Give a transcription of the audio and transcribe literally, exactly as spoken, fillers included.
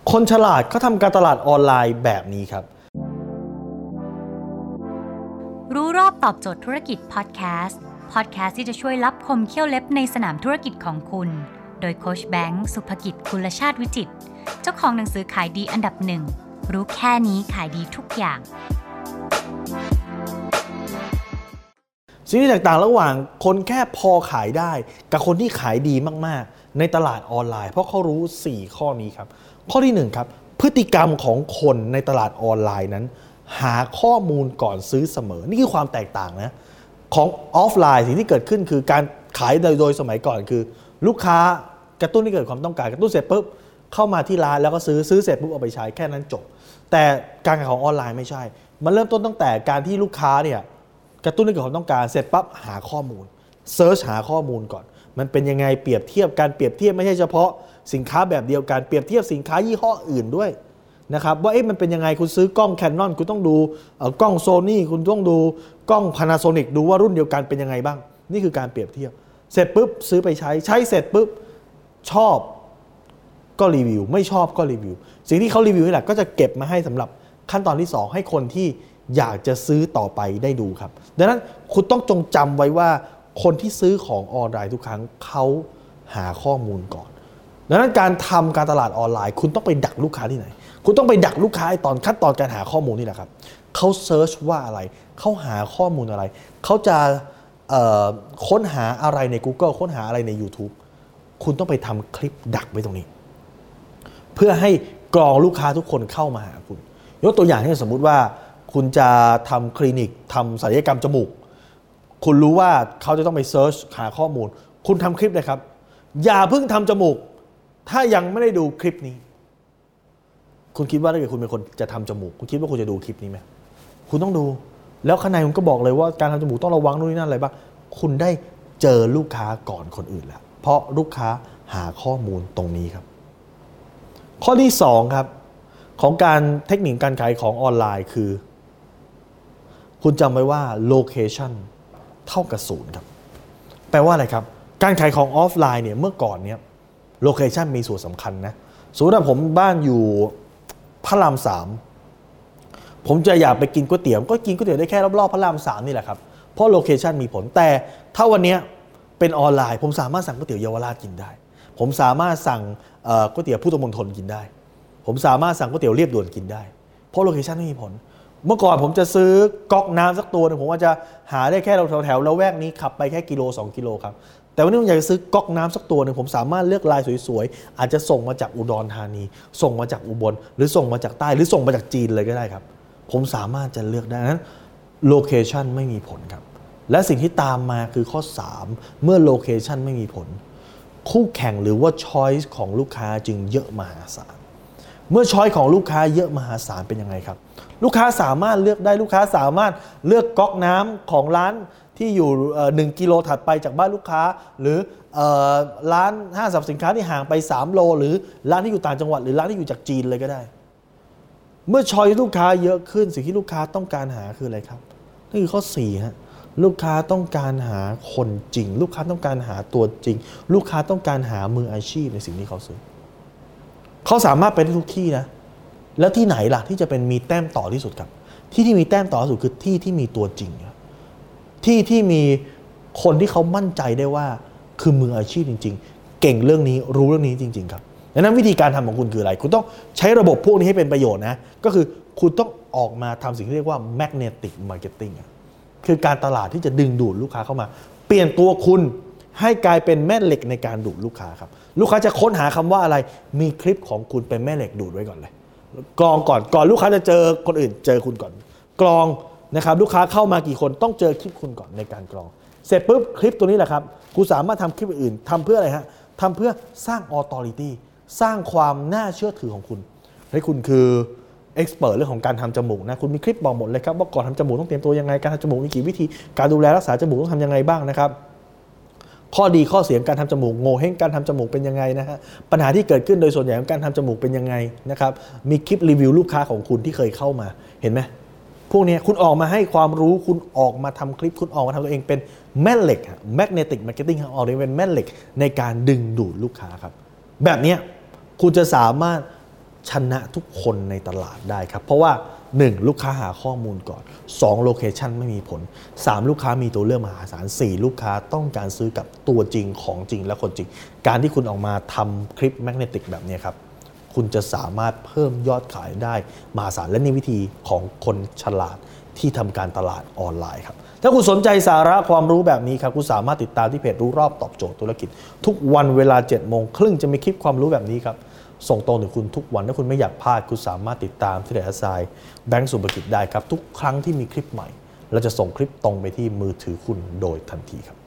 คนฉลาดเขาทำการตลาดออนไลน์แบบนี้ครับรู้รอบตอบโจทย์ธุรกิจพอดแคสต์พอดแคสต์ที่จะช่วยลับคมเขี้ยวเล็บในสนามธุรกิจของคุณโดยโค้ชแบงค์สุภกิจกุลชาติวิจิตรเจ้าของหนังสือขายดีอันดับหนึ่งรู้แค่นี้ขายดีทุกอย่างสิ่งที่แตกต่างระหว่างคนแค่พอขายได้กับคนที่ขายดีมากๆในตลาดออนไลน์เพราะเขารู้สี่ข้อนี้ครับข้อที่หนึ่งครับพฤติกรรมของคนในตลาดออนไลน์นั้นหาข้อมูลก่อนซื้อเสมอนี่คือความแตกต่างนะของออฟไลน์สิ่งที่เกิดขึ้นคือการขายโดยโดยสมัยก่อนคือลูกค้ากระตุ้นให้เกิดความต้องการกระตุ้นเสร็จปุ๊บเข้ามาที่ร้านแล้วก็ซื้อซื้อเสร็จปุ๊บเอาไปใช้แค่นั้นจบแต่การขายของออนไลน์ไม่ใช่มันเริ่มต้นตั้งแต่การที่ลูกค้าเนี่ยกระตุ้นให้เกิดความต้องการเสร็จปั๊บหาข้อมูลเซิร์ชหาข้อมูลก่อนมันเป็นยังไงเปรียบเทียบการเปรียบเทียบไม่ใช่เฉพาะสินค้าแบบเดียวกันเปรียบเทียบสินค้ายี่ห้ออื่นด้วยนะครับว่าเอ๊ะมันเป็นยังไงคุณซื้อกล้อง Canon คุณต้องดูเอ่อกล้อง Sony คุณต้องดูกล้อง Panasonic ดูว่ารุ่นเดียวกันเป็นยังไงบ้างนี่คือการเปรียบเทียบเสร็จปุ๊บซื้อไปใช้ใช้เสร็จปุ๊บชอบก็รีวิวไม่ชอบก็รีวิวสิ่งที่เขารีวิวนี่แหละก็จะเก็บมาให้สำหรับขั้นตอนที่สองให้คนที่อยากจะซื้อต่อไปได้ดูครับดังนั้นคุณต้องจงจำไว้ว่าคนที่ซื้อของออนไลน์ทุกครั้งเขาหาข้อมูลก่อนดังนั้นการทำการตลาดออนไลน์คุณต้องไปดักลูกค้าที่ไหนคุณต้องไปดักลูกค้าตอนขั้นตอนการหาข้อมูลนี่แหละครับเขาเซิร์ชว่าอะไรเขาหาข้อมูลอะไรเขาจะค้นหาอะไรใน Google ค้นหาอะไรใน YouTube คุณต้องไปทำคลิปดักไว้ตรงนี้เพื่อให้กรองลูกค้าทุกคนเข้ามาหาคุณยกตัวอย่างที่สมมุติว่าคุณจะทำคลินิกทำศัลยกรรมจมูกคุณรู้ว่าเขาจะต้องไปเซิร์ชหาข้อมูลคุณทำคลิปเลยครับอย่าเพิ่งทำจมูกถ้ายังไม่ได้ดูคลิปนี้คุณคิดว่าถ้าเกิดคุณเป็นคนจะทำจมูกคุณคิดว่าคุณจะดูคลิปนี้ไหมคุณต้องดูแล้วข้างในคุณก็บอกเลยว่าการทำจมูกต้องระวังนู่นนี่นั่นอะไรบ้างคุณได้เจอลูกค้าก่อนคนอื่นแล้วเพราะลูกค้าหาข้อมูลตรงนี้ครับข้อที่สองครับของการเทคนิคการขายของออนไลน์คือคุณจำไว้ว่าโลเคชันเท่ากับศูนย์ครับแปลว่าอะไรครับการขายของออฟไลน์เนี่ยเมื่อก่อนเนี่ยโลเคชันมีส่วนสำคัญนะสมมติว่าผมบ้านอยู่พระรามสามผมจะอยากไปกินก๋วยเตี๋ยวก็กินก๋วยเตี๋ยวได้แค่รอบๆพระรามสามนี่แหละครับเพราะโลเคชันมีผลแต่ถ้าวันนี้เป็นออนไลน์ผมสามารถสั่งก๋วยเตี๋ยวเยาวราชกินได้ผมสามารถสั่งก๋วยเตี๋ยวพุทธมณฑลกินได้ผมสามารถสั่งก๋วยเตี๋ยวเรียบด่วนกินได้เพราะโลเคชันไม่มีผลเมื่อก่อนผมจะซื้อก๊อกน้ำสักตัวนึงผมว่าจะหาได้แค่แถวๆละแวกนี้ขับไปแค่กิโลสองกิโลครับแต่วันนี้ผมอยากจะซื้อก๊อกน้ำสักตัวนึงผมสามารถเลือกลายสวยๆอาจจะส่งมาจากอุดรธานีส่งมาจากอุบลหรือส่งมาจากใต้หรือส่งมาจากจีนเลยก็ได้ครับผมสามารถจะเลือกได้นั้นโลเคชันไม่มีผลครับและสิ่งที่ตามมาคือข้อสามเมื่อโลเคชันไม่มีผลคู่แข่งหรือว่าช้อยส์ของลูกค้าจึงเยอะมหาศาลเมื่อช้อยของลูกค้าเยอะมหาศาลเป็นยังไงครับลูกค้าสามารถเลือกได้ลูกค้าสามารถเลือกก๊อกน้ำของร้านที่อยู่หนึ่งกิโลถัดไปจากบ้านลูกค้าหรือร้านห้างสรรพสินค้าที่ห่างไปสามโลหรือร้านที่อยู่ต่างจังหวัดหรือร้านที่อยู่จากจีนเลยก็ได้เมื่อช้อยลูกค้าเยอะขึ้นสิ่งที่ลูกค้าต้องการหาคืออะไรครับนี่คือข้อสี่ฮะลูกค้าต้องการหาคนจริงลูกค้าต้องการหาตัวจริงลูกค้าต้องการหามืออาชีพในสิ่งที่เขาซื้อเขาสามารถไปได้ทุกที่นะแล้วที่ไหนล่ะที่จะเป็นมีแต้มต่อที่สุดครับที่ที่มีแต้มต่อที่สุดคือที่ที่มีตัวจริงที่ที่มีคนที่เขามั่นใจได้ว่าคือมืออาชีพจริงๆเก่งเรื่องนี้รู้เรื่องนี้จริงๆครับดังนั้นวิธีการทำของคุณคืออะไรคุณต้องใช้ระบบพวกนี้ให้เป็นประโยชน์นะก็คือคุณต้องออกมาทำสิ่งที่เรียกว่า magnetic marketing คือการตลาดที่จะดึงดูดลูกค้าเข้ามาเปลี่ยนตัวคุณให้กลายเป็นแม่เหล็กในการดูดลูกค้าครับลูกค้าจะค้นหาคำว่าอะไรมีคลิปของคุณเป็นแม่เหล็กดูดไว้ก่อนเลยกรองก่อนก่อนลูกค้าจะเจอคนอื่นเจอคุณก่อนกรองนะครับลูกค้าเข้ามากี่คนต้องเจอคลิปคุณก่อนในการกรองเสร็จปุ๊บคลิปตัวนี้แหละครับคุณสามารถทำคลิปอื่นทำเพื่ออะไรฮะทำเพื่อสร้าง authority สร้างความน่าเชื่อถือของคุณให้คุณคือเอ็กซ์เพิร์ทเรื่องของการทำจมูกนะคุณมีคลิปบอกหมดเลยครับว่าก่อนทำจมูกต้องเตรียมตัวยังไงการทำจมูกมีกี่วิธีการดูแลรักษาจมูกต้องทำยังไงบ้างนะครับข้อดีข้อเสียการทำจมูกโง่เฮงการทำจมูกเป็นยังไงนะฮะปัญหาที่เกิดขึ้นโดยส่วนใหญ่ของการทำจมูกเป็นยังไงนะครับมีคลิปรีวิวลูกค้าของคุณที่เคยเข้ามาเห็นไหมพวกนี้คุณออกมาให้ความรู้คุณออกมาทำคลิปคุณออกมาทำตัวเองเป็นแม่เหล็ก magnetic marketing ออกมาเป็นแม่เหล็กในการดึงดูดลูกค้าครับแบบนี้คุณจะสามารถชนะทุกคนในตลาดได้ครับเพราะว่าหนึ่งลูกค้าหาข้อมูลก่อนสองโลเคชันไม่มีผลสามลูกค้ามีตัวเลือกมหาศาลสี่ลูกค้าต้องการซื้อกับตัวจริงของจริงและคนจริงการที่คุณออกมาทำคลิปแมกเนติกแบบนี้ครับคุณจะสามารถเพิ่มยอดขายได้มหาศาลและนี่วิธีของคนฉลาดที่ทำการตลาดออนไลน์ครับถ้าคุณสนใจสาระความรู้แบบนี้ครับคุณสามารถติดตามที่เพจรู้รอบตอบโจทย์ธุรกิจทุกวันเวลาเจ็ดโมงครึ่งจะมีคลิปความรู้แบบนี้ครับส่งตรงถึงคุณทุกวันถ้าคุณไม่อยากพลาดคุณสามารถติดตามที่เพจทรายแบงก์สุภกิจได้ครับทุกครั้งที่มีคลิปใหม่เราจะส่งคลิปตรงไปที่มือถือคุณโดยทันทีครับ